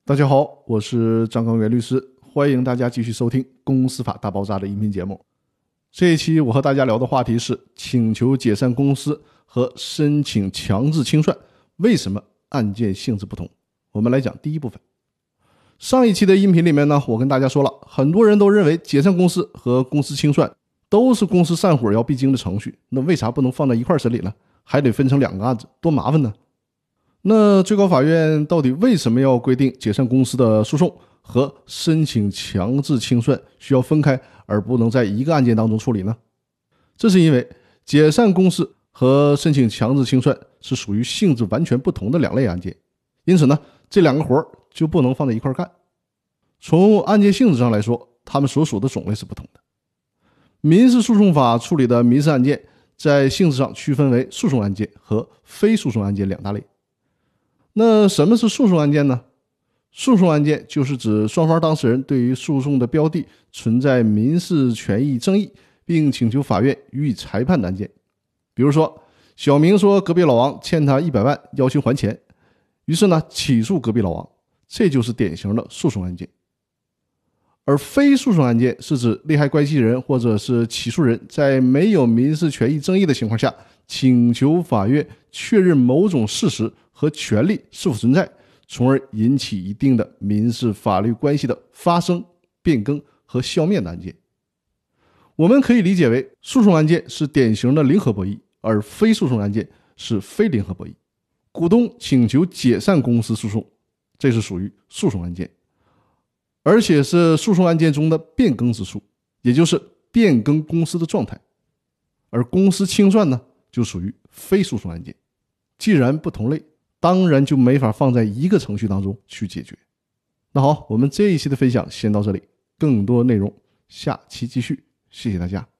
大家好，我是张刚元律师，欢迎大家继续收听《公司法大爆炸》的音频节目。这一期我和大家聊的话题是请求解散公司和申请强制清算，为什么案件性质不同？我们来讲第一部分。上一期的音频里面呢，我跟大家说了，很多人都认为解散公司和公司清算都是公司散伙要必经的程序，那为啥不能放在一块审理呢？还得分成两个案子，多麻烦呢？那最高法院到底为什么要规定解散公司的诉讼和申请强制清算需要分开，而不能在一个案件当中处理呢？这是因为解散公司和申请强制清算是属于性质完全不同的两类案件，因此呢，这两个活就不能放在一块干。从案件性质上来说，他们所属的种类是不同的。民事诉讼法处理的民事案件在性质上区分为诉讼案件和非诉讼案件两大类。那什么是诉讼案件呢？诉讼案件就是指双方当事人对于诉讼的标的存在民事权益争议，并请求法院予以裁判的案件。比如说，小明说隔壁老王欠他100万，要求还钱，于是呢起诉隔壁老王，这就是典型的诉讼案件。而非诉讼案件是指利害关系人或者是起诉人在没有民事权益争议的情况下，请求法院确认某种事实和权利是否存在，从而引起一定的民事法律关系的发生、变更和消灭的案件。我们可以理解为，诉讼案件是典型的零和博弈，而非诉讼案件是非零和博弈。股东请求解散公司诉讼，这是属于诉讼案件，而且是诉讼案件中的变更之诉，也就是变更公司的状态。而公司清算呢，就属于非诉讼案件。既然不同类，当然就没法放在一个程序当中去解决。那好，我们这一期的分享先到这里，更多内容下期继续，谢谢大家。